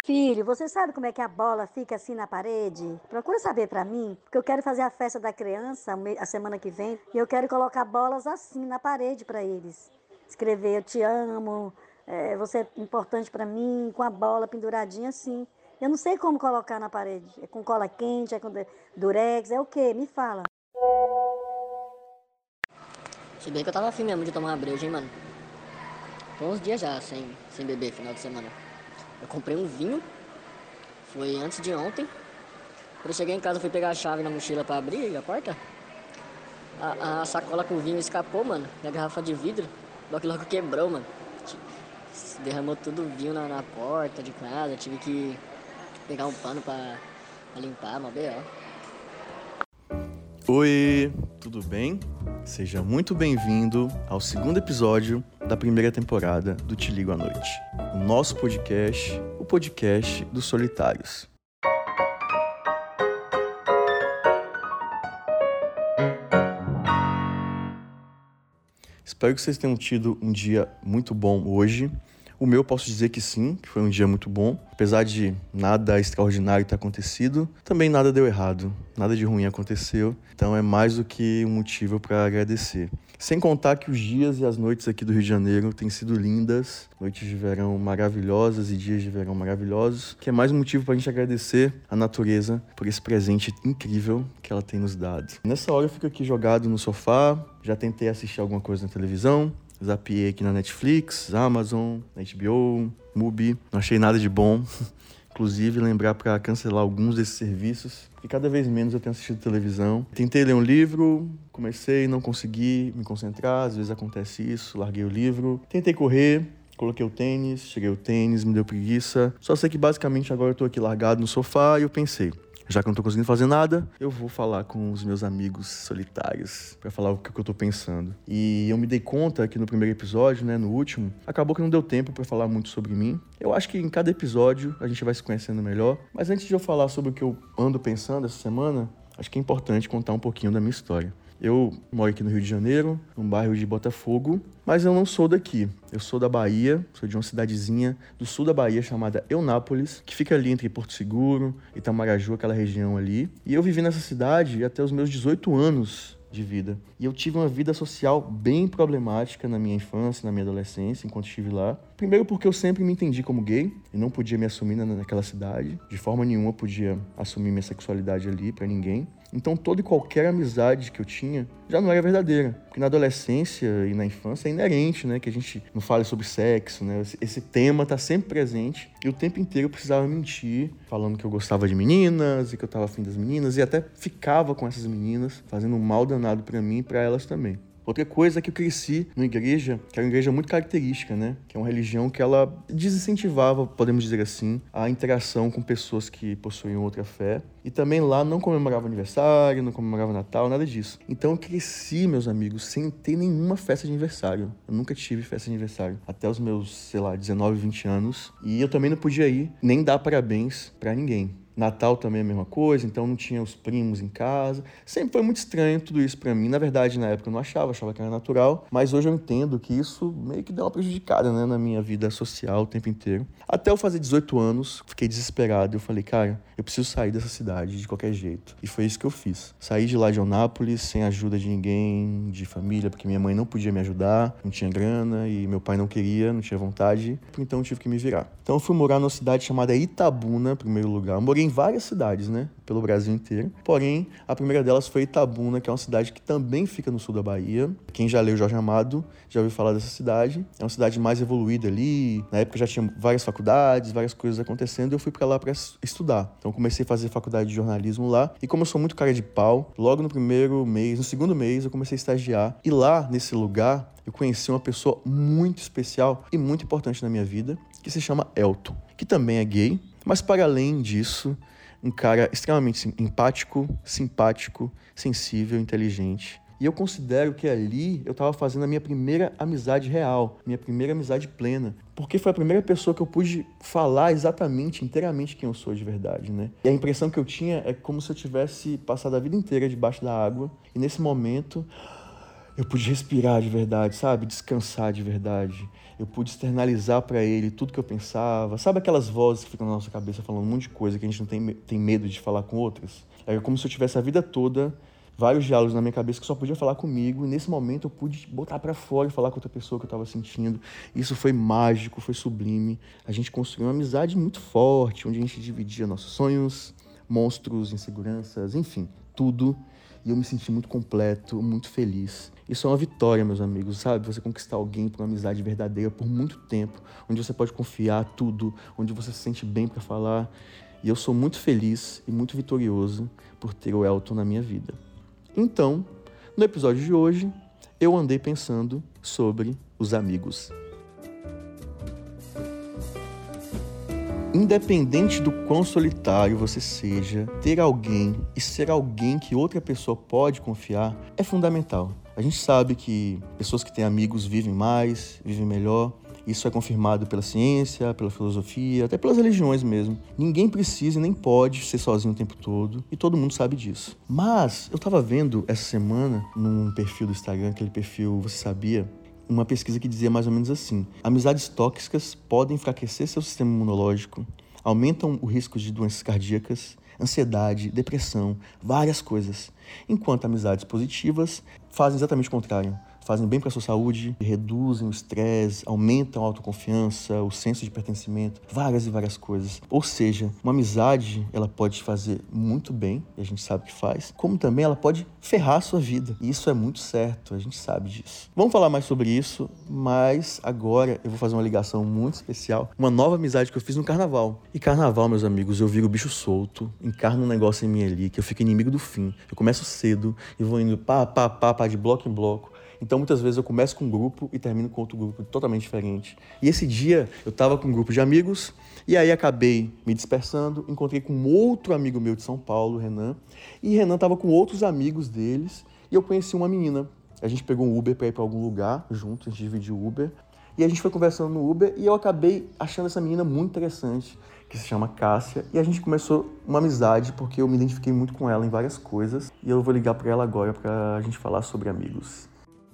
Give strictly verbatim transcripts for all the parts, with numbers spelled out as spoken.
Filho, você sabe como é que a bola fica assim na parede? Procura saber pra mim, porque eu quero fazer a festa da criança me- a semana que vem e eu quero colocar bolas assim na parede pra eles. Escrever eu te amo, é, você é importante pra mim, com a bola penduradinha assim. Eu não sei como colocar na parede. É com cola quente, é com du- durex, é o quê? Me fala. Se bem que eu tava afim mesmo de tomar uma breja, hein, mano. Tô uns dias já sem, sem beber, final de semana. Eu comprei um vinho, foi antes de ontem. Quando eu cheguei em casa, fui pegar a chave na mochila pra abrir a porta. A, a sacola com vinho escapou, mano, da garrafa de vidro. Logo que logo quebrou, mano. Derramou tudo o vinho na, na porta de casa. Tive que pegar um pano pra, pra limpar, mó B O. Oi, tudo bem? Seja muito bem-vindo ao segundo episódio da primeira temporada do Te Ligo à Noite. O nosso podcast, o podcast dos solitários. Espero que vocês tenham tido um dia muito bom hoje. O meu, posso dizer que sim, que foi um dia muito bom. Apesar de nada extraordinário ter acontecido, também nada deu errado, nada de ruim aconteceu. Então é mais do que um motivo para agradecer. Sem contar que os dias e as noites aqui do Rio de Janeiro têm sido lindas, noites de verão maravilhosas e dias de verão maravilhosos, que é mais um motivo para a gente agradecer a natureza por esse presente incrível que ela tem nos dado. Nessa hora eu fico aqui jogado no sofá, já tentei assistir alguma coisa na televisão, zapiei aqui na Netflix, Amazon, H B O, Mubi, não achei nada de bom. Inclusive, lembrar para cancelar alguns desses serviços, porque cada vez menos eu tenho assistido televisão. Tentei ler um livro, comecei, não consegui me concentrar, às vezes acontece isso, larguei o livro. Tentei correr, coloquei o tênis, cheguei o tênis, me deu preguiça. Só sei que basicamente agora eu tô aqui largado no sofá e eu pensei, já que eu não tô conseguindo fazer nada, eu vou falar com os meus amigos solitários pra falar o que eu tô pensando. E eu me dei conta que no primeiro episódio, né, no último, acabou que não deu tempo pra falar muito sobre mim. Eu acho que em cada episódio a gente vai se conhecendo melhor. Mas antes de eu falar sobre o que eu ando pensando essa semana, acho que é importante contar um pouquinho da minha história. Eu moro aqui no Rio de Janeiro, num bairro de Botafogo, mas eu não sou daqui. Eu sou da Bahia, sou de uma cidadezinha do sul da Bahia chamada Eunápolis, que fica ali entre Porto Seguro, Itamaraju, aquela região ali. E eu vivi nessa cidade até os meus dezoito anos de vida. E eu tive uma vida social bem problemática na minha infância, na minha adolescência, enquanto estive lá. Primeiro porque eu sempre me entendi como gay e não podia me assumir naquela cidade. De forma nenhuma eu podia assumir minha sexualidade ali pra ninguém. Então toda e qualquer amizade que eu tinha já não era verdadeira. Porque na adolescência e na infância é inerente, né? Que a gente não fale sobre sexo, né? Esse, esse tema tá sempre presente. E o tempo inteiro eu precisava mentir, falando que eu gostava de meninas e que eu tava afim das meninas. E até ficava com essas meninas, fazendo um mal danado pra mim e pra elas também. Outra coisa é que eu cresci numa igreja, que era uma igreja muito característica, né? Que é uma religião que ela desincentivava, podemos dizer assim, a interação com pessoas que possuíam outra fé. E também lá não comemorava aniversário, não comemorava Natal, nada disso. Então eu cresci, meus amigos, sem ter nenhuma festa de aniversário. Eu nunca tive festa de aniversário. Até os meus, sei lá, dezenove, vinte anos. E eu também não podia ir, nem dar parabéns pra ninguém. Natal também é a mesma coisa, então não tinha os primos em casa. Sempre foi muito estranho tudo isso pra mim. Na verdade, na época eu não achava, achava que era natural. Mas hoje eu entendo que isso meio que deu uma prejudicada, né, na minha vida social o tempo inteiro. Até eu fazer dezoito anos, fiquei desesperado. Eu falei, cara, eu preciso sair dessa cidade de qualquer jeito. E foi isso que eu fiz. Saí de lá de Eunápolis, sem ajuda de ninguém, de família, porque minha mãe não podia me ajudar, não tinha grana e meu pai não queria, não tinha vontade. Então eu tive que me virar. Então eu fui morar numa cidade chamada Itabuna, em primeiro lugar. Eu morei em várias cidades, né, pelo Brasil inteiro. Porém, a primeira delas foi Itabuna, que é uma cidade que também fica no sul da Bahia. Quem já leu Jorge Amado já ouviu falar dessa cidade. É uma cidade mais evoluída ali. Na época já tinha várias faculdades, várias coisas acontecendo. E eu fui pra lá pra estudar. Então comecei a fazer faculdade de jornalismo lá. E como eu sou muito cara de pau, logo no primeiro mês, no segundo mês, eu comecei a estagiar. E lá, nesse lugar, eu conheci uma pessoa muito especial e muito importante na minha vida, que se chama Elton, que também é gay. Mas para além disso, um cara extremamente empático, simpático, sensível, inteligente. E eu considero que ali eu estava fazendo a minha primeira amizade real, minha primeira amizade plena. Porque foi a primeira pessoa que eu pude falar exatamente, inteiramente quem eu sou de verdade, né? E a impressão que eu tinha é como se eu tivesse passado a vida inteira debaixo da água. E nesse momento, eu pude respirar de verdade, sabe? Descansar de verdade. Eu pude externalizar pra ele tudo que eu pensava. Sabe aquelas vozes que ficam na nossa cabeça falando um monte de coisa que a gente não tem, tem medo de falar com outras? É como se eu tivesse a vida toda vários diálogos na minha cabeça que só podia falar comigo, e nesse momento eu pude botar pra fora e falar com outra pessoa que eu tava sentindo. Isso foi mágico, foi sublime. A gente construiu uma amizade muito forte, onde a gente dividia nossos sonhos, monstros, inseguranças, enfim, tudo. E eu me senti muito completo, muito feliz. Isso é uma vitória, meus amigos, sabe? Você conquistar alguém por uma amizade verdadeira por muito tempo, onde você pode confiar tudo, onde você se sente bem pra falar. E eu sou muito feliz e muito vitorioso por ter o Elton na minha vida. Então, no episódio de hoje, eu andei pensando sobre os amigos. Independente do quão solitário você seja, ter alguém e ser alguém que outra pessoa pode confiar é fundamental. A gente sabe que pessoas que têm amigos vivem mais, vivem melhor. Isso é confirmado pela ciência, pela filosofia, até pelas religiões mesmo. Ninguém precisa e nem pode ser sozinho o tempo todo, e todo mundo sabe disso. Mas eu tava vendo essa semana, num perfil do Instagram, aquele perfil Você Sabia?, uma pesquisa que dizia mais ou menos assim: amizades tóxicas podem enfraquecer seu sistema imunológico, aumentam o risco de doenças cardíacas, ansiedade, depressão, várias coisas. Enquanto amizades positivas fazem exatamente o contrário. Fazem bem para a sua saúde, reduzem o estresse, aumentam a autoconfiança, o senso de pertencimento, várias e várias coisas. Ou seja, uma amizade, ela pode te fazer muito bem, e a gente sabe que faz, como também ela pode ferrar a sua vida. E isso é muito certo, a gente sabe disso. Vamos falar mais sobre isso, mas agora eu vou fazer uma ligação muito especial, uma nova amizade que eu fiz no carnaval. E carnaval, meus amigos, eu viro bicho solto, encarno um negócio em mim ali, que eu fico inimigo do fim. Eu começo cedo e vou indo pá, pá, pá, pá, de bloco em bloco. Então, muitas vezes eu começo com um grupo e termino com outro grupo totalmente diferente. E esse dia, eu tava com um grupo de amigos, e aí acabei me dispersando, encontrei com outro amigo meu de São Paulo, Renan, e Renan tava com outros amigos deles, e eu conheci uma menina. A gente pegou um Uber pra ir pra algum lugar junto, a gente dividiu o Uber, e a gente foi conversando no Uber, e eu acabei achando essa menina muito interessante, que se chama Cássia, e a gente começou uma amizade, porque eu me identifiquei muito com ela em várias coisas, e eu vou ligar pra ela agora pra gente falar sobre amigos.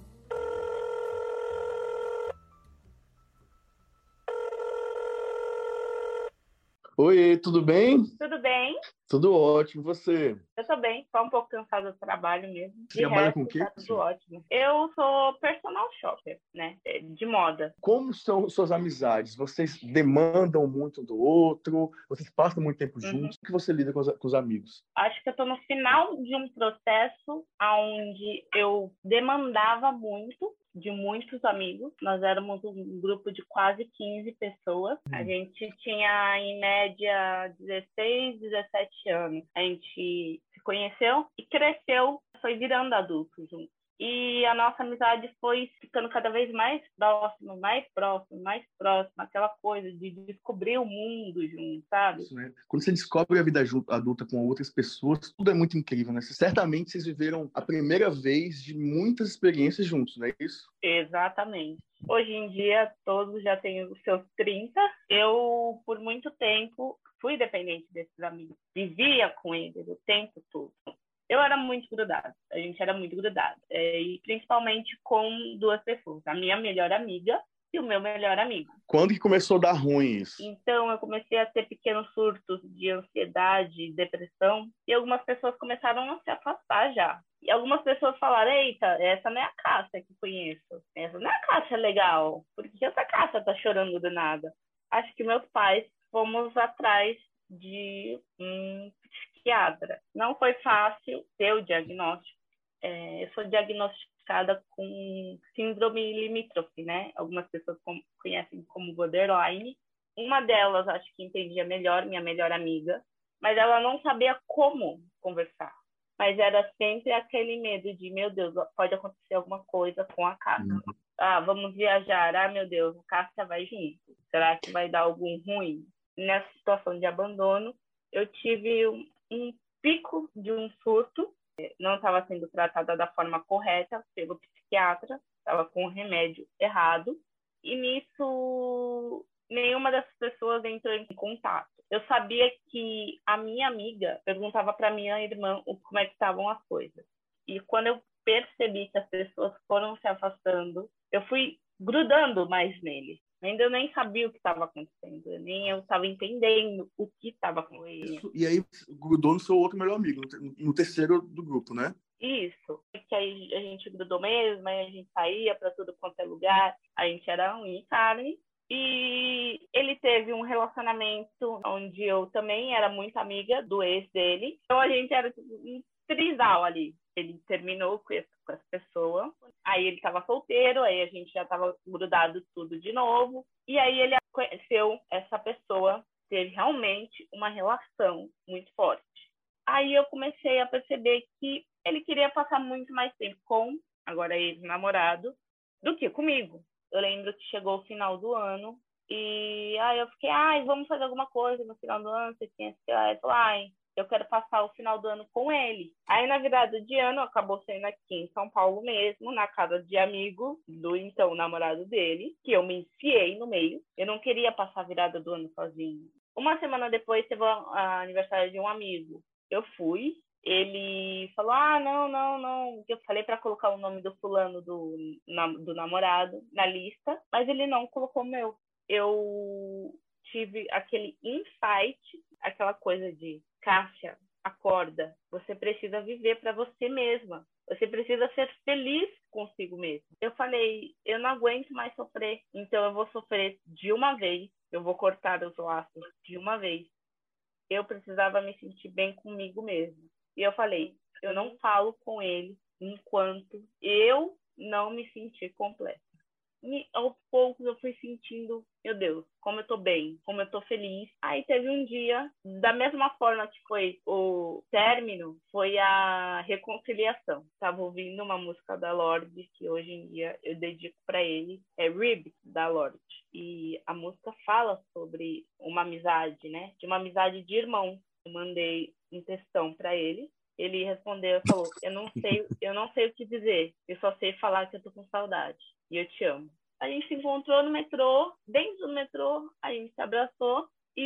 Oi, tudo bem? Tudo bem? Tudo ótimo, você? Eu tô bem, só um pouco cansada do trabalho mesmo. Você De trabalha resto, com o quê? tá tudo ótimo. Eu sou personal shopper, né? De moda. Como são suas amizades? Vocês demandam muito um do outro? Vocês passam muito tempo Uhum. juntos? Como que você lida com os, com os amigos? Acho que eu tô no final de um processo onde eu demandava muito de muitos amigos. Nós éramos um grupo de quase quinze pessoas. Hum. A gente tinha, em média, dezesseis, dezessete anos. A gente se conheceu e cresceu, foi virando adulto junto. E a nossa amizade foi ficando cada vez mais próxima, mais próxima, mais próxima. Aquela coisa de descobrir o mundo junto, sabe? Isso, né? Quando você descobre a vida adulta com outras pessoas, tudo é muito incrível, né? Certamente vocês viveram a primeira vez de muitas experiências juntos, não é isso? Exatamente. Hoje em dia, todos já têm os seus trinta. Eu, por muito tempo, fui dependente desses amigos. Vivia com eles o tempo todo. Eu era muito grudada, a gente era muito grudada, é, e principalmente com duas pessoas, a minha melhor amiga e o meu melhor amigo. Quando que começou a dar ruim isso? Então, eu comecei a ter pequenos surtos de ansiedade, depressão, e algumas pessoas começaram a se afastar já. E algumas pessoas falaram, eita, essa não é a Cássia que conheço, essa não é a Cássia legal, por que essa Cássia tá chorando do nada? Acho que meus pais fomos atrás de um psiquiatra. Não foi fácil ter o diagnóstico. É, eu sou diagnosticada com síndrome limítrofe, né? Algumas pessoas conhecem como borderline. Uma delas, acho que entendia melhor, minha melhor amiga, mas ela não sabia como conversar. Mas era sempre aquele medo de, meu Deus, pode acontecer alguma coisa com a Cássia. Uhum. Ah, vamos viajar. Ah, meu Deus, a Cássia vai junto. Será que vai dar algum ruim? Nessa situação de abandono, eu tive um, um pico de um surto, não estava sendo tratada da forma correta pelo psiquiatra, estava com o remédio errado, e nisso nenhuma dessas pessoas entrou em contato. Eu sabia que a minha amiga perguntava para minha irmã como é que estavam as coisas. E quando eu percebi que as pessoas foram se afastando, eu fui grudando mais nele. Ainda eu nem sabia o que estava acontecendo, nem eu estava entendendo o que estava acontecendo. E aí grudou no seu outro melhor amigo, no terceiro do grupo, né? Isso, que aí a gente grudou mesmo, aí a gente saía para tudo quanto é lugar, a gente era um e carne. E ele teve um relacionamento onde eu também era muito amiga do ex dele, então a gente era um trisal ali. Ele terminou com essa pessoa, aí ele estava solteiro, aí a gente já estava grudado tudo de novo, e aí ele conheceu essa pessoa, teve realmente uma relação muito forte. Aí eu comecei a perceber que ele queria passar muito mais tempo com, agora ex-namorado, do que comigo. Eu lembro que chegou o final do ano e aí eu fiquei, ai, vamos fazer alguma coisa no final do ano, você tinha que ir lá, ai, eu quero passar o final do ano com ele. Aí na virada de ano acabou sendo aqui em São Paulo mesmo, na casa de amigo do então namorado dele, que eu me enfiei no meio. Eu não queria passar a virada do ano sozinho. Uma semana depois teve o aniversário de um amigo. Eu fui, ele falou, ah, não, não, não. Eu falei para colocar o nome do fulano do, na, do namorado na lista, mas ele não colocou o meu. Eu tive aquele insight, aquela coisa de, Cássia, acorda, você precisa viver para você mesma. Você precisa ser feliz consigo mesma. Eu falei, eu não aguento mais sofrer, então eu vou sofrer de uma vez, eu vou cortar os laços de uma vez. Eu precisava me sentir bem comigo mesma. E eu falei, eu não falo com ele enquanto eu não me sentir completa. E aos poucos eu fui sentindo, meu Deus, como eu tô bem, como eu tô feliz. Aí teve um dia, da mesma forma que foi o término, foi a reconciliação. Tava ouvindo uma música da Lorde, que hoje em dia eu dedico para ele, é Rib, da Lorde. E a música fala sobre uma amizade, né? De uma amizade de irmão. Eu mandei um textão para ele. Ele respondeu e falou, eu não sei, eu não sei o que dizer, eu só sei falar que eu tô com saudade e eu te amo. A gente se encontrou no metrô, dentro do metrô, a gente se abraçou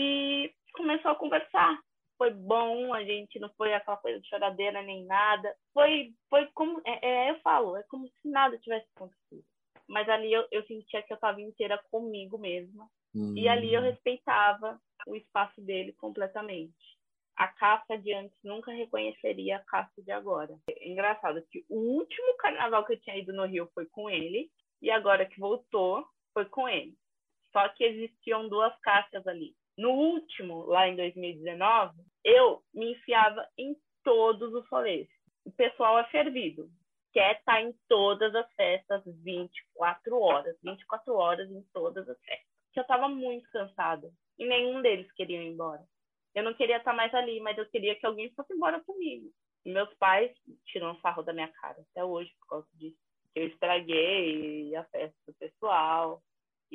e começou a conversar. Foi bom, a gente não foi aquela coisa de choradeira nem nada. Foi, foi como, é, é, eu falo, é como se nada tivesse acontecido. Mas ali eu, eu sentia que eu estava inteira comigo mesma. Hum. E ali eu respeitava o espaço dele completamente. A Cássia de antes nunca reconheceria a Cássia de agora. É engraçado que o último carnaval que eu tinha ido no Rio foi com ele, e agora que voltou, foi com ele. Só que existiam duas Cássias ali. No último, lá em dois mil e dezenove, eu me enfiava em todos os rolês. O pessoal é fervido. Quer estar em todas as festas vinte e quatro horas. vinte e quatro horas em todas as festas. Porque eu estava muito cansada. E nenhum deles queria ir embora. Eu não queria estar mais ali, mas eu queria que alguém fosse embora comigo. E meus pais tiram sarro da minha cara até hoje por causa disso. Eu estraguei a festa do pessoal,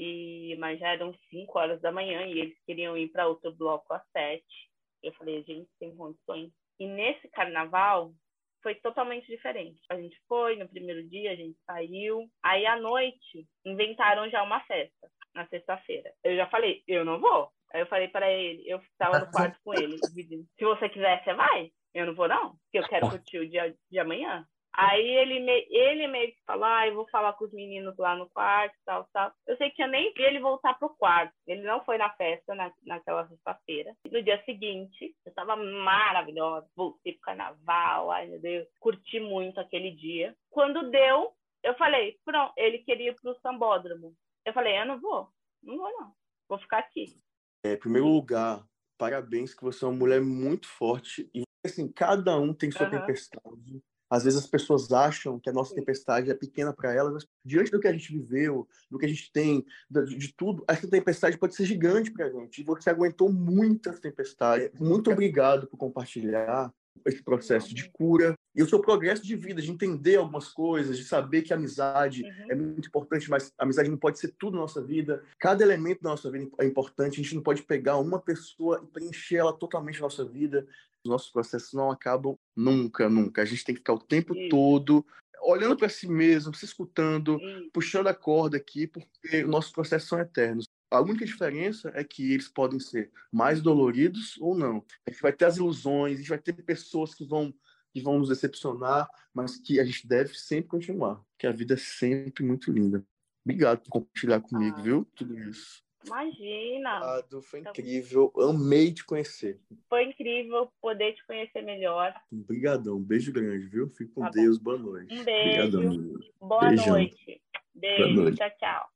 e, mas já eram cinco horas da manhã e eles queriam ir para outro bloco às sete. Eu falei, gente, tem condições. E nesse carnaval foi totalmente diferente. A gente foi, no primeiro dia a gente saiu. Aí à noite inventaram já uma festa, na sexta-feira. Eu já falei, eu não vou. Aí eu falei para ele, eu estava no quarto com ele, se você quiser, você vai? Eu não vou não, porque eu quero curtir o dia de amanhã. Aí ele, me, ele meio que falou, ah, eu vou falar com os meninos lá no quarto, tal, tal. Eu sei que eu nem vi ele voltar pro quarto. Ele não foi na festa na, naquela sexta-feira. No dia seguinte, eu tava maravilhosa. Voltei pro carnaval, ai meu Deus. Curti muito aquele dia. Quando deu, eu falei, pronto, ele queria ir pro sambódromo. Eu falei, eu não vou, não vou não. Vou ficar aqui. É, em primeiro lugar, parabéns que você é uma mulher muito forte. E assim, cada um tem sua uhum. tempestade. Às vezes as pessoas acham que a nossa tempestade é pequena para elas, mas diante do que a gente viveu, do que a gente tem, de, de tudo, essa tempestade pode ser gigante para a gente. E você aguentou muitas tempestades. Muito obrigado por compartilhar esse processo de cura e o seu progresso de vida, de entender algumas coisas, de saber que a amizade uhum. é muito importante, mas a amizade não pode ser tudo na nossa vida. Cada elemento da nossa vida é importante. A gente não pode pegar uma pessoa e preencher ela totalmente na nossa vida. Os nossos processos não acabam nunca, nunca. A gente tem que ficar o tempo Isso. todo olhando para si mesmo, se escutando, Isso. puxando a corda aqui, porque nossos processos são eternos. A única diferença é que eles podem ser mais doloridos ou não. A gente vai ter as ilusões, a gente vai ter pessoas que vão, que vão nos decepcionar, mas que a gente deve sempre continuar, que a vida é sempre muito linda. Obrigado por compartilhar comigo, Ah, viu? Tudo isso. imagina. Obrigado, foi incrível. Amei te conhecer. Foi incrível poder te conhecer melhor. Obrigadão. Beijo grande, viu? Fique com Tá bom. Deus. Boa noite. Um beijo. Obrigadão. Boa Beijão. noite. Boa Beijo. noite. Tchau, tchau.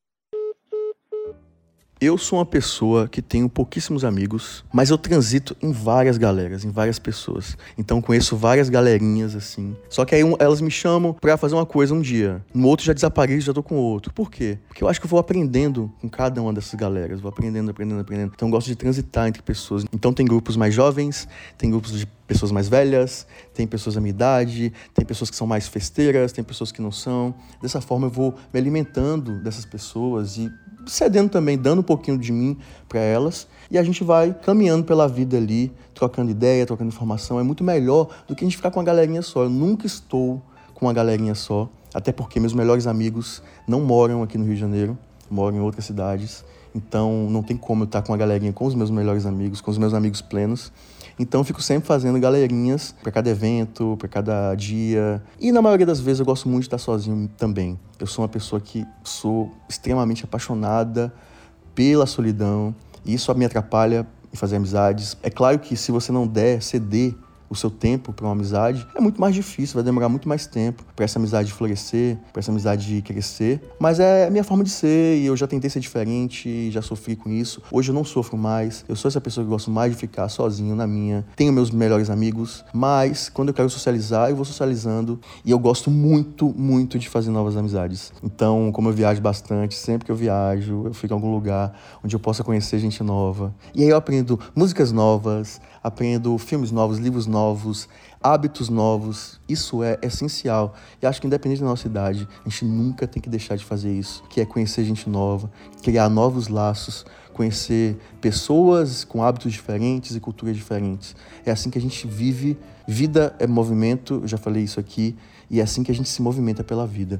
Eu sou uma pessoa que tenho pouquíssimos amigos, mas eu transito em várias galeras, em várias pessoas. Então conheço várias galerinhas, assim. Só que aí um, elas me chamam pra fazer uma coisa um dia. No outro já desapareço, já tô com outro. Por quê? Porque eu acho que eu vou aprendendo com cada uma dessas galeras. Vou aprendendo, aprendendo, aprendendo. Então eu gosto de transitar entre pessoas. Então tem grupos mais jovens, tem grupos de pessoas mais velhas, tem pessoas da minha idade, tem pessoas que são mais festeiras, tem pessoas que não são. Dessa forma eu vou me alimentando dessas pessoas e cedendo também, dando um pouquinho de mim para elas, e a gente vai caminhando pela vida ali, trocando ideia, trocando informação. É muito melhor do que a gente ficar com uma galerinha só. Eu nunca estou com uma galerinha só, até porque meus melhores amigos não moram aqui no Rio de Janeiro, moram em outras cidades, então não tem como eu estar com uma galerinha com os meus melhores amigos, com os meus amigos plenos. Então eu fico sempre fazendo galerinhas para cada evento, para cada dia. E na maioria das vezes eu gosto muito de estar sozinho também. Eu sou uma pessoa que sou extremamente apaixonada pela solidão. E isso me atrapalha em fazer amizades. É claro que se você não der, ceder o seu tempo para uma amizade, é muito mais difícil, vai demorar muito mais tempo para essa amizade florescer, para essa amizade crescer. Mas é a minha forma de ser e eu já tentei ser diferente, já sofri com isso. Hoje eu não sofro mais, eu sou essa pessoa que gosto mais de ficar sozinho na minha. Tenho meus melhores amigos, mas quando eu quero socializar, eu vou socializando e eu gosto muito, muito de fazer novas amizades. Então, como eu viajo bastante, sempre que eu viajo, eu fico em algum lugar onde eu possa conhecer gente nova. E aí eu aprendo músicas novas, aprendo filmes novos, livros novos, novos, hábitos novos. Isso é essencial. E acho que independente da nossa idade, a gente nunca tem que deixar de fazer isso, que é conhecer gente nova, criar novos laços, conhecer pessoas com hábitos diferentes e culturas diferentes. É assim que a gente vive. Vida é movimento, eu já falei isso aqui, e é assim que a gente se movimenta pela vida.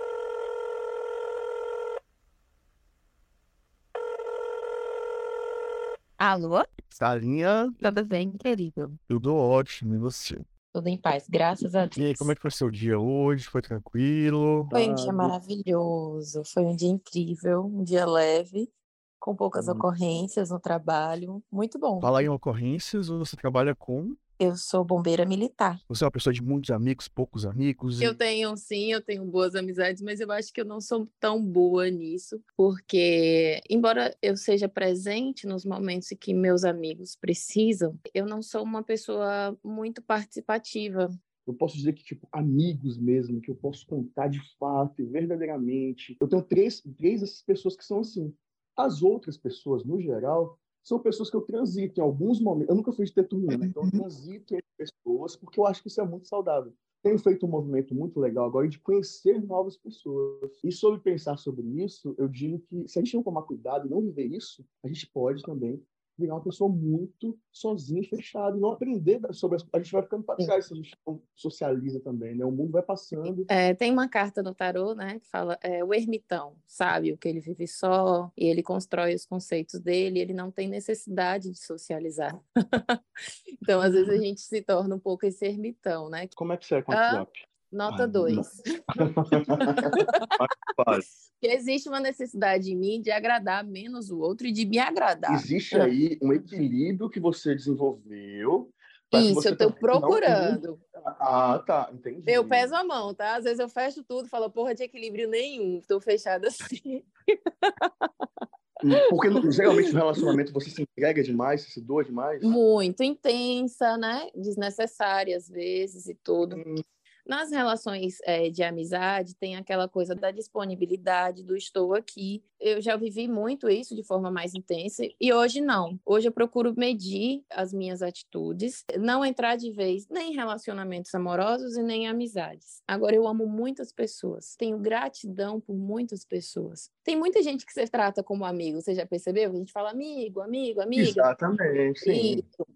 Alô? Salinha, Tudo bem, querido? tudo ótimo, e você? Tudo em paz, graças a E aí, Deus. como é que foi seu dia hoje? Foi tranquilo? Foi um dia maravilhoso, foi um dia incrível, um dia leve, com poucas Hum. ocorrências no trabalho, muito bom. Falar em ocorrências, você trabalha com... Eu sou bombeira militar. Você é uma pessoa de muitos amigos, poucos amigos? Eu E... tenho, sim, eu tenho boas amizades, mas eu acho que eu não sou tão boa nisso, porque, embora eu seja presente nos momentos em que meus amigos precisam, eu não sou uma pessoa muito participativa. Eu posso dizer que, tipo, amigos mesmo, que eu posso contar de fato e verdadeiramente. Eu tenho três, três dessas pessoas que são assim. As outras pessoas, no geral, são pessoas que eu transito em alguns momentos. Eu nunca fui de ter turminha, né? Então eu transito entre pessoas porque eu acho que isso é muito saudável. Tenho feito um movimento muito legal agora de conhecer novas pessoas. E sobre pensar sobre isso, eu digo que se a gente não tomar cuidado e não viver isso, a gente pode também virar uma pessoa muito sozinha e fechada e não aprender sobre as... A gente vai ficando para trás se a gente não socializa também, né? O mundo vai passando. É, tem uma carta no tarô, né, que fala é, o ermitão, sábio, que ele vive só e ele constrói os conceitos dele, ele não tem necessidade de socializar. Então, às vezes a gente se torna um pouco esse ermitão, né? Como é que você é com o Ah, WhatsApp? nota dois. Que existe uma necessidade em mim de agradar menos o outro e de me agradar. Existe aí um equilíbrio que você desenvolveu. Isso, eu estou procurando. Não... Ah, tá, entendi. Eu peso a mão, tá? Às vezes eu fecho tudo e falo, porra, de equilíbrio nenhum. Estou fechada assim. Porque geralmente no relacionamento você se entrega demais, você se doa demais. Muito intensa, né? Desnecessária às vezes e tudo. Hum. Nas relações é, de amizade, tem aquela coisa da disponibilidade, do estou aqui. Eu já vivi muito isso de forma mais intensa e hoje não. Hoje eu procuro medir as minhas atitudes, não entrar de vez nem em relacionamentos amorosos e nem em amizades. Agora, eu amo muitas pessoas, tenho gratidão por muitas pessoas. Tem muita gente que você trata como amigo, você já percebeu? A gente fala amigo, amigo, amiga. Exatamente, sim. Isso.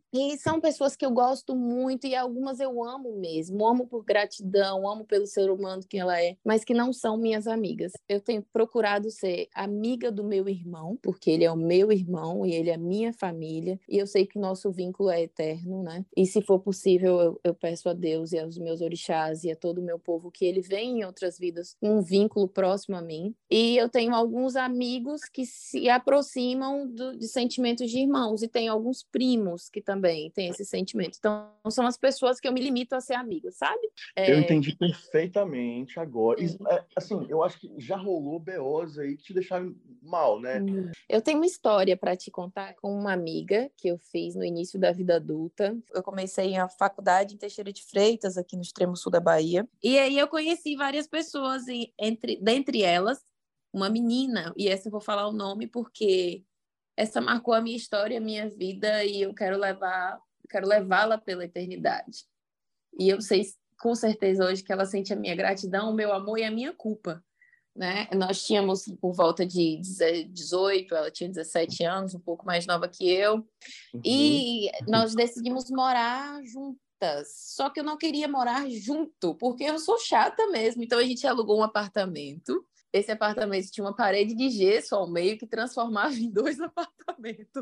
E são pessoas que eu gosto muito e algumas eu amo mesmo. Amo por gratidão, amo pelo ser humano que ela é, mas que não são minhas amigas. Eu tenho procurado ser amiga do meu irmão, porque ele é o meu irmão e ele é a minha família. E eu sei que o nosso vínculo é eterno, né? E se for possível, eu, eu peço a Deus e aos meus orixás e a todo o meu povo que ele venha em outras vidas com um vínculo próximo a mim. E eu tenho alguns amigos que se aproximam do, de sentimentos de irmãos e tenho alguns primos que também têm esse sentimento. Então, são as pessoas que eu me limito a ser amiga, sabe? Eu É, entendi perfeitamente agora. E, sim. é, assim, eu acho que já rolou B Os aí que te deixaram mal, né? Eu tenho uma história para te contar com uma amiga que eu fiz no início da vida adulta. Eu comecei a faculdade em Teixeira de Freitas, aqui no extremo sul da Bahia. E aí eu conheci várias pessoas, e entre, dentre elas, uma menina, e essa eu vou falar o nome porque essa marcou a minha história, a minha vida, e eu quero levar, quero levá-la pela eternidade. E eu sei com certeza hoje que ela sente a minha gratidão, o meu amor e a minha culpa, né? Nós tínhamos por volta de dezoito, ela tinha dezessete anos, um pouco mais nova que eu, Uhum. e nós decidimos morar juntas. Só que eu não queria morar junto, porque eu sou chata mesmo. Então a gente alugou um apartamento. Esse apartamento tinha uma parede de gesso ao meio que transformava em dois apartamentos.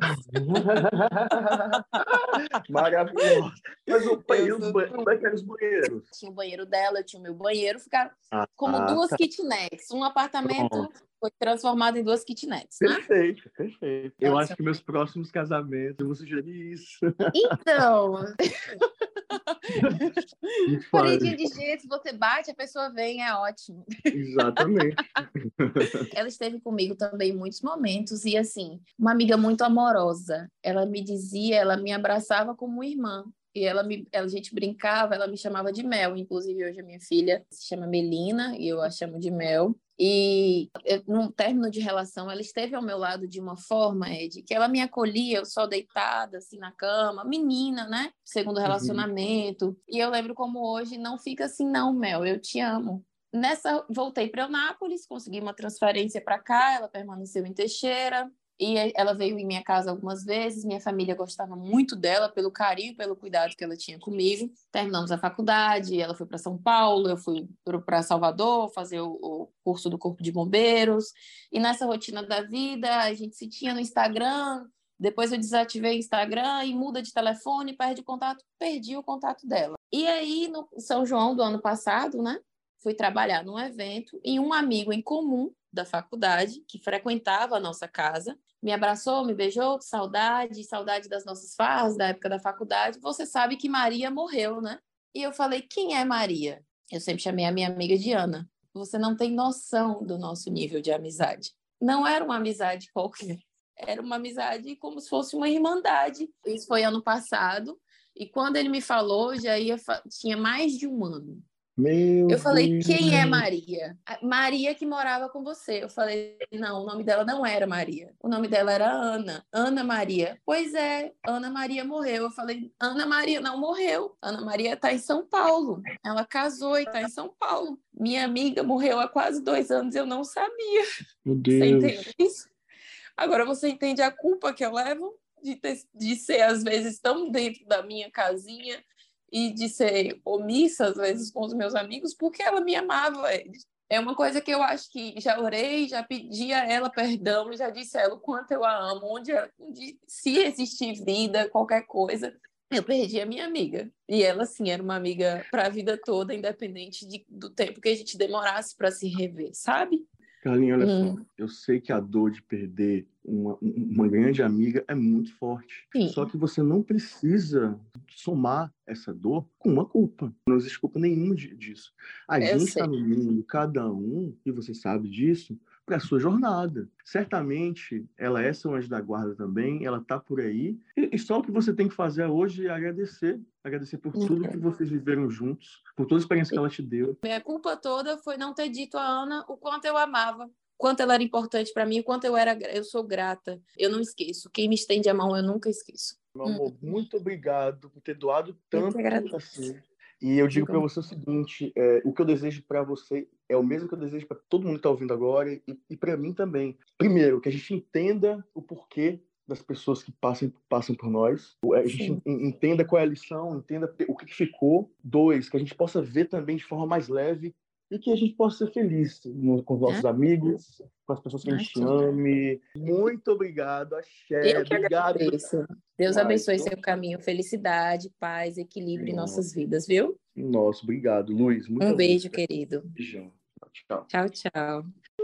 Maravilhoso. Mas o Eu banheiro, os sou ba- como é que eram os banheiros? Tinha o banheiro dela, eu tinha o meu banheiro, ficaram Ah, como duas tá. kitnets. Um apartamento Pronto. foi transformado em duas kitnets, né? Perfeito, perfeito. Eu acho Ótimo. que meus próximos casamentos eu vou sugerir isso. Então, Me paredinha fale. de gesso, você bate, a pessoa vem, é ótimo. Exatamente. Ela esteve comigo também em muitos momentos e, assim, uma amiga muito amorosa. Ela me dizia, ela me abraçava como irmã. E ela me, ela, a gente brincava, ela me chamava de Mel. Inclusive, hoje a minha filha se chama Melina e eu a chamo de Mel. E eu, num término de relação, ela esteve ao meu lado de uma forma, Ed, que ela me acolhia, eu só deitada, assim, na cama, menina, né? Segundo Uhum. relacionamento. E eu lembro como hoje, não fica assim, não, Mel, eu te amo. Nessa, voltei para Eunápolis, consegui uma transferência para cá, ela permaneceu em Teixeira, e ela veio em minha casa algumas vezes, minha família gostava muito dela, pelo carinho, pelo cuidado que ela tinha comigo. Terminamos a faculdade, ela foi para São Paulo, eu fui para Salvador fazer o, o curso do Corpo de Bombeiros, e nessa rotina da vida, a gente se tinha no Instagram, depois eu desativei o Instagram e muda de telefone, perde o contato, perdi o contato dela. E aí, no São João do ano passado, né? Fui trabalhar num evento e um amigo em comum da faculdade, que frequentava a nossa casa, me abraçou, me beijou, saudade, saudade das nossas farras, da época da faculdade. Você sabe que Maria morreu, né? E eu falei, quem é Maria? Eu sempre chamei a minha amiga de Ana. Você não tem noção do nosso nível de amizade. Não era uma amizade qualquer, era uma amizade como se fosse uma irmandade. Isso foi ano passado, e quando ele me falou, já ia tinha mais de um ano. Meu Eu falei, Deus. quem é Maria? A Maria que morava com você. Eu falei, não, o nome dela não era Maria. O nome dela era Ana. Ana Maria. Pois é, Ana Maria morreu. Eu falei, Ana Maria não morreu. Ana Maria está em São Paulo. Ela casou e está em São Paulo. Minha amiga morreu há quase dois anos e eu não sabia. Meu Você Deus. entende isso? Agora você entende a culpa que eu levo de, ter, de ser, às vezes, tão dentro da minha casinha e de ser omissa, às vezes, com os meus amigos, porque ela me amava. É uma coisa que eu acho que já orei, já pedi a ela perdão, já disse a ela o quanto eu a amo, onde, onde se existir vida, qualquer coisa, eu perdi a minha amiga. E ela, sim, era uma amiga para a vida toda, independente de, do tempo que a gente demorasse para se rever, sabe? Carlinhos, olha Hum. só, eu sei que a dor de perder uma, uma grande amiga é muito forte. Sim. Só que você não precisa somar essa dor com uma culpa. Não existe culpa nenhuma disso. A Eu gente sei. está no mundo, cada um, e você sabe disso, para a sua jornada. Certamente, ela é seu anjo da guarda também, ela está por aí. E, e só o que você tem que fazer hoje é agradecer. Agradecer por tudo que vocês viveram juntos, por toda a experiência que ela te deu. Minha culpa toda foi não ter dito a Ana o quanto eu amava, o quanto ela era importante para mim, o quanto eu era, eu sou grata. Eu não esqueço. Quem me estende a mão, eu nunca esqueço. Meu amor, hum. muito obrigado por ter doado tanto assim. E eu digo para você o seguinte, é, o que eu desejo para você é o mesmo que eu desejo para todo mundo que está ouvindo agora e, e para mim também. Primeiro, que a gente entenda o porquê das pessoas que passam, passam por nós. A gente Sim. entenda qual é a lição, entenda o que ficou. Dois, que a gente possa ver também de forma mais leve e que a gente possa ser feliz no, com os nossos É. amigos, com as pessoas que a gente Acho. ame. Muito obrigado, Axé. Eu que Obrigado. agradeço. Deus demais. abençoe seu caminho, felicidade, paz, equilíbrio em nossas vidas, viu? Nossa, obrigado, Luiz. Muito Um beijo, obrigado. querido. Beijão. Tchau. Tchau, tchau.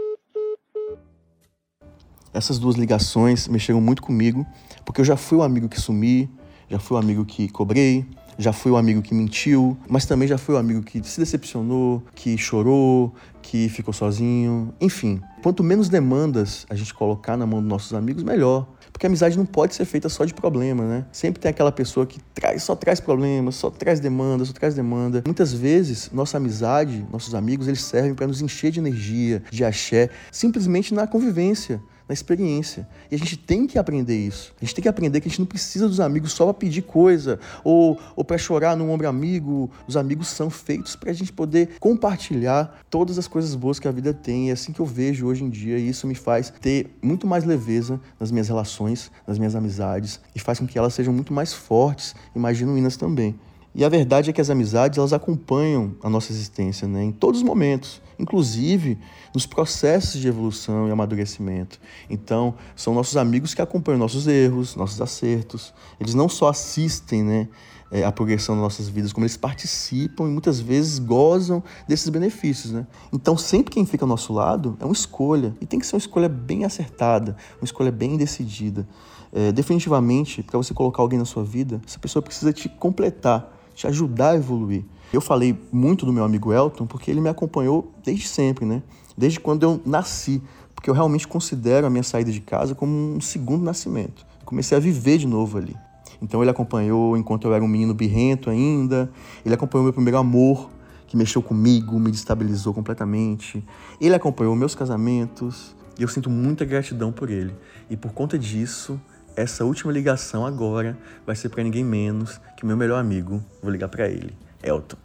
Essas duas ligações mexeram muito comigo, porque eu já fui o amigo que sumi, já fui o amigo que cobrei, já fui o amigo que mentiu, mas também já fui o amigo que se decepcionou, que chorou, que ficou sozinho. Enfim, quanto menos demandas a gente colocar na mão dos nossos amigos, melhor. Porque a amizade não pode ser feita só de problema, né? Sempre tem aquela pessoa que traz, só traz problemas, só traz demanda, só traz demanda. Muitas vezes, nossa amizade, nossos amigos, eles servem para nos encher de energia, de axé, simplesmente na convivência, na experiência. E a gente tem que aprender isso. A gente tem que aprender que a gente não precisa dos amigos só para pedir coisa ou, ou para chorar no ombro amigo. Os amigos são feitos para a gente poder compartilhar todas as coisas boas que a vida tem. É assim que eu vejo hoje em dia e isso me faz ter muito mais leveza nas minhas relações, nas minhas amizades e faz com que elas sejam muito mais fortes e mais genuínas também. E a verdade é que as amizades, elas acompanham a nossa existência, né, em todos os momentos, inclusive nos processos de evolução e amadurecimento. Então, são nossos amigos que acompanham nossos erros, nossos acertos. Eles não só assistem, né, a progressão das nossas vidas, como eles participam e muitas vezes gozam desses benefícios, né? Então, sempre quem fica ao nosso lado é uma escolha, e tem que ser uma escolha bem acertada, uma escolha bem decidida. É, definitivamente, para você colocar alguém na sua vida, essa pessoa precisa te completar, te ajudar a evoluir. Eu falei muito do meu amigo Elton porque ele me acompanhou desde sempre, né? Desde quando eu nasci, porque eu realmente considero a minha saída de casa como um segundo nascimento. Comecei a viver de novo ali. Então ele acompanhou enquanto eu era um menino birrento ainda, ele acompanhou meu primeiro amor, que mexeu comigo, me destabilizou completamente. Ele acompanhou meus casamentos e eu sinto muita gratidão por ele. E por conta disso, essa última ligação agora vai ser para ninguém menos que o meu melhor amigo. Vou ligar para ele, Elton.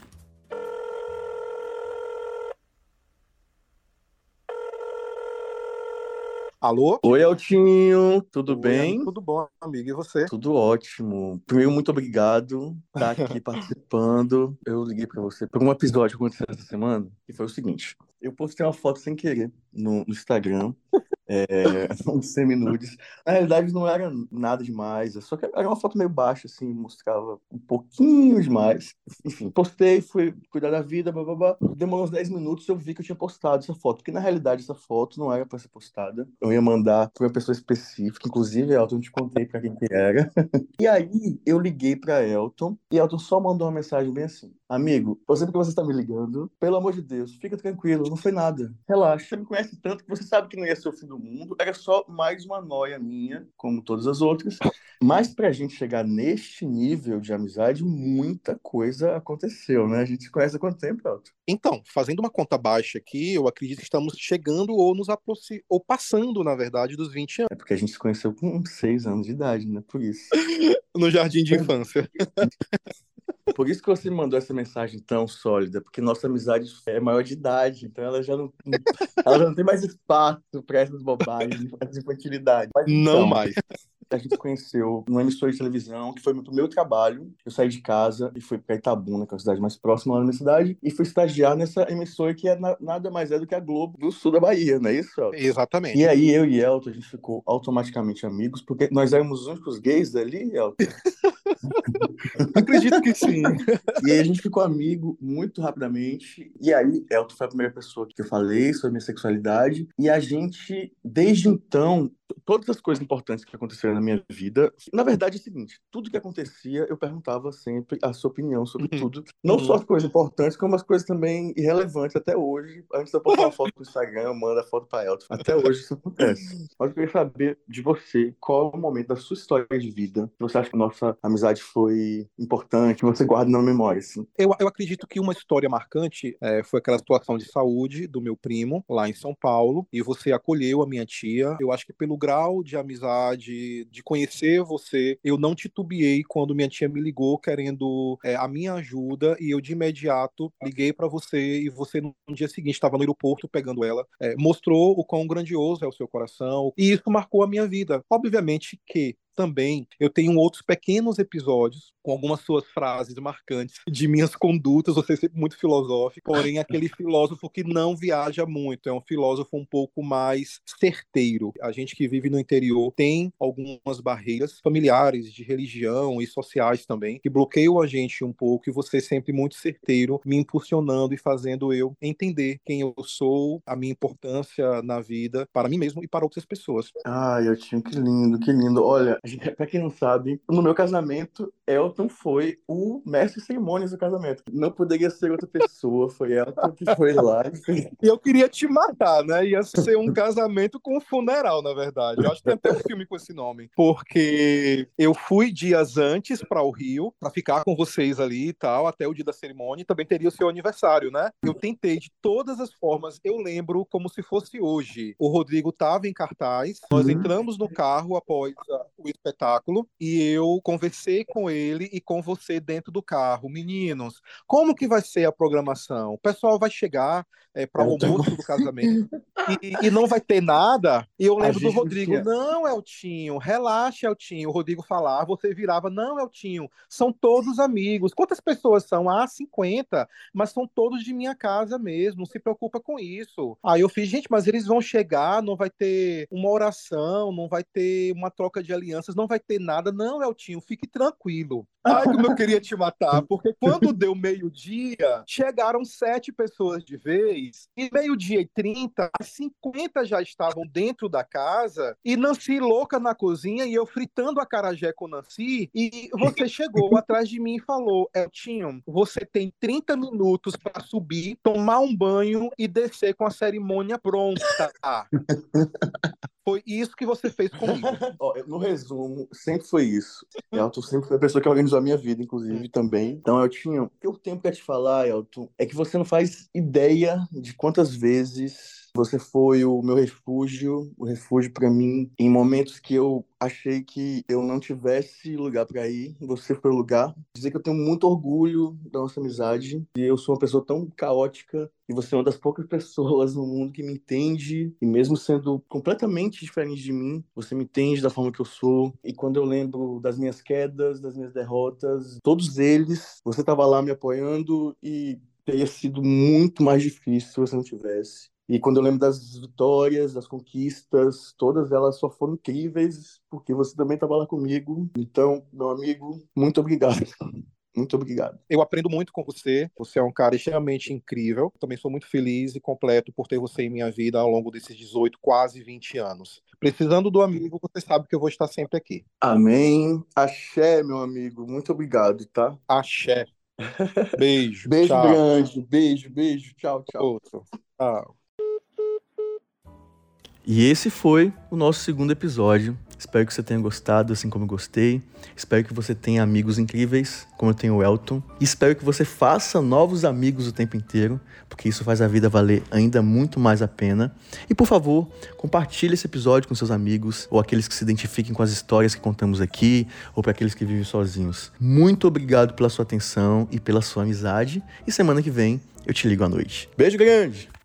Alô? Oi, Eltinho, tudo Oi, bem? amigo, tudo bom, amigo? E você? Tudo ótimo. Primeiro, muito obrigado por estar aqui participando. Eu liguei para você por um episódio que aconteceu essa semana, que foi o seguinte. Eu postei uma foto sem querer no, no Instagram, é, um semi-nudes. Na realidade, não era nada demais, só que era uma foto meio baixa, assim, mostrava um pouquinho demais. Enfim, postei, fui cuidar da vida, blá, blá, blá. Demorou uns dez minutos, eu vi que eu tinha postado essa foto, porque na realidade essa foto não era para ser postada. Eu ia mandar para uma pessoa específica, inclusive, Elton, eu te contei para quem que era. E aí, eu liguei para Elton, e Elton só mandou uma mensagem bem assim: amigo, eu sei porque você está me ligando, pelo amor de Deus, fica tranquilo, não foi nada. Relaxa, você me conhece tanto que você sabe que não ia ser o fim do mundo, era só mais uma noia minha, como todas as outras. Mas pra gente chegar neste nível de amizade, muita coisa aconteceu, né? A gente se conhece há quanto tempo, Elton? Então, fazendo uma conta baixa aqui, eu acredito que estamos chegando ou nos aproximando, ou passando, na verdade, dos vinte anos. É porque a gente se conheceu com seis anos de idade, né? Por isso. No jardim de infância. Por isso que você me mandou essa mensagem tão sólida, porque nossa amizade é maior de idade, então ela já não, ela já não tem mais espaço para essas bobagens, para essa infantilidade. Mas Não então, mais. a gente se conheceu numa emissora de televisão, que foi pro meu trabalho. Eu saí de casa e fui para Itabuna, que é a cidade mais próxima lá da minha cidade, e fui estagiar nessa emissora que é na, nada mais é do que a Globo do sul da Bahia, não é isso, Elton? Exatamente. E aí, eu e Elton, a gente ficou automaticamente amigos, porque nós éramos os únicos gays dali, Elton. Acredito que sim. E aí a gente ficou amigo muito rapidamente. E aí, Elton foi a primeira pessoa que eu falei sobre minha sexualidade. E a gente, desde então, todas as coisas importantes que aconteceram na minha vida, na verdade é o seguinte: tudo que acontecia, eu perguntava sempre a sua opinião sobre Uhum. tudo. Não Uhum. só as coisas importantes, como as coisas também irrelevantes até hoje. Antes de eu postar uma foto pro Instagram, eu mando a foto pra Elton. Até hoje isso acontece. Mas eu queria saber de você, qual é o momento da sua história de vida que você acha que a nossa amizade foi marcante, importante, que você guarda na memória, assim? Eu, eu acredito que uma história marcante é, foi aquela situação de saúde do meu primo lá em São Paulo, e você acolheu a minha tia. Eu acho que pelo grau de amizade, de conhecer você, eu não titubeei quando minha tia me ligou querendo é, a minha ajuda, e eu de imediato liguei para você, e você no dia seguinte estava no aeroporto pegando ela, é, mostrou o quão grandioso é o seu coração, e isso marcou a minha vida. Obviamente que também eu tenho outros pequenos episódios com algumas suas frases marcantes de minhas condutas, você é sempre muito filosófico, porém aquele filósofo que não viaja muito, é um filósofo um pouco mais certeiro. A gente que vive no interior tem algumas barreiras familiares, de religião e sociais também, que bloqueiam a gente um pouco, e você é sempre muito certeiro, me impulsionando e fazendo eu entender quem eu sou, a minha importância na vida, para mim mesmo e para outras pessoas. Ai, Eltinho, que lindo, que lindo. Olha, pra quem não sabe, no meu casamento, Elton foi o mestre de cerimônias do casamento. Não poderia ser outra pessoa, foi Elton que foi lá e fez. E eu queria te matar, né? Ia ser um casamento com um funeral, na verdade. Eu acho que tem até um filme com esse nome. Porque eu fui dias antes para o Rio, para ficar com vocês ali e tal, até o dia da cerimônia, e também teria o seu aniversário, né? Eu tentei de todas as formas, eu lembro como se fosse hoje. O Rodrigo estava em cartaz, nós Uhum. entramos no carro após uh, o espetáculo, e eu conversei com ele e com você dentro do carro. Meninos, como que vai ser a programação? O pessoal vai chegar é, para o Elton. almoço do casamento e, e não vai ter nada? E eu A lembro do gente não Rodrigo, tinha. não, Eltinho, relaxa, Eltinho. O Rodrigo falava, você virava, não, Eltinho, são todos amigos. Quantas pessoas são? Ah, cinquenta, mas são todos de minha casa mesmo, não se preocupa com isso. Aí eu fiz, gente, mas eles vão chegar, não vai ter uma oração, não vai ter uma troca de alianças, não vai ter nada. Não, Eltinho, fique tranquilo. Ai, como eu queria te matar, porque quando deu meio-dia, chegaram sete pessoas de vez, e meio-dia e trinta, as cinquenta já estavam dentro da casa, e Nancy louca na cozinha, e eu fritando acarajé com Nancy, e você chegou atrás de mim e falou, Eltinho, você tem trinta minutos para subir, tomar um banho e descer com a cerimônia pronta. Foi isso que você fez comigo. Ó, no resumo, sempre foi isso. Elton sempre foi a pessoa que organizou a minha vida, inclusive, também. Então, Eltinho, o que eu tenho pra te falar, Elton, é que você não faz ideia de quantas vezes você foi o meu refúgio, o refúgio pra mim, em momentos que eu achei que eu não tivesse lugar pra ir, você foi o lugar. Dizer que eu tenho muito orgulho da nossa amizade, e eu sou uma pessoa tão caótica, e você é uma das poucas pessoas no mundo que me entende, e mesmo sendo completamente diferente de mim, você me entende da forma que eu sou. E quando eu lembro das minhas quedas, das minhas derrotas, todos eles, você estava lá me apoiando, e teria sido muito mais difícil se você não tivesse. E quando eu lembro das vitórias, das conquistas, todas elas só foram incríveis porque você também estava lá comigo. Então, meu amigo, muito obrigado. Muito obrigado. Eu aprendo muito com você. Você é um cara extremamente incrível. Também sou muito feliz e completo por ter você em minha vida ao longo desses dezoito, quase vinte anos. Precisando do amigo, você sabe que eu vou estar sempre aqui. Amém. Axé, meu amigo. Muito obrigado, tá? Axé. Beijo. Beijo Tchau. grande. Beijo, beijo. Tchau, tchau. Outro. Tchau. E esse foi o nosso segundo episódio. Espero que você tenha gostado, assim como eu gostei. Espero que você tenha amigos incríveis, como eu tenho o Elton. E espero que você faça novos amigos o tempo inteiro, porque isso faz a vida valer ainda muito mais a pena. E, por favor, compartilhe esse episódio com seus amigos, ou aqueles que se identifiquem com as histórias que contamos aqui, ou para aqueles que vivem sozinhos. Muito obrigado pela sua atenção e pela sua amizade. E semana que vem eu te ligo à noite. Beijo grande!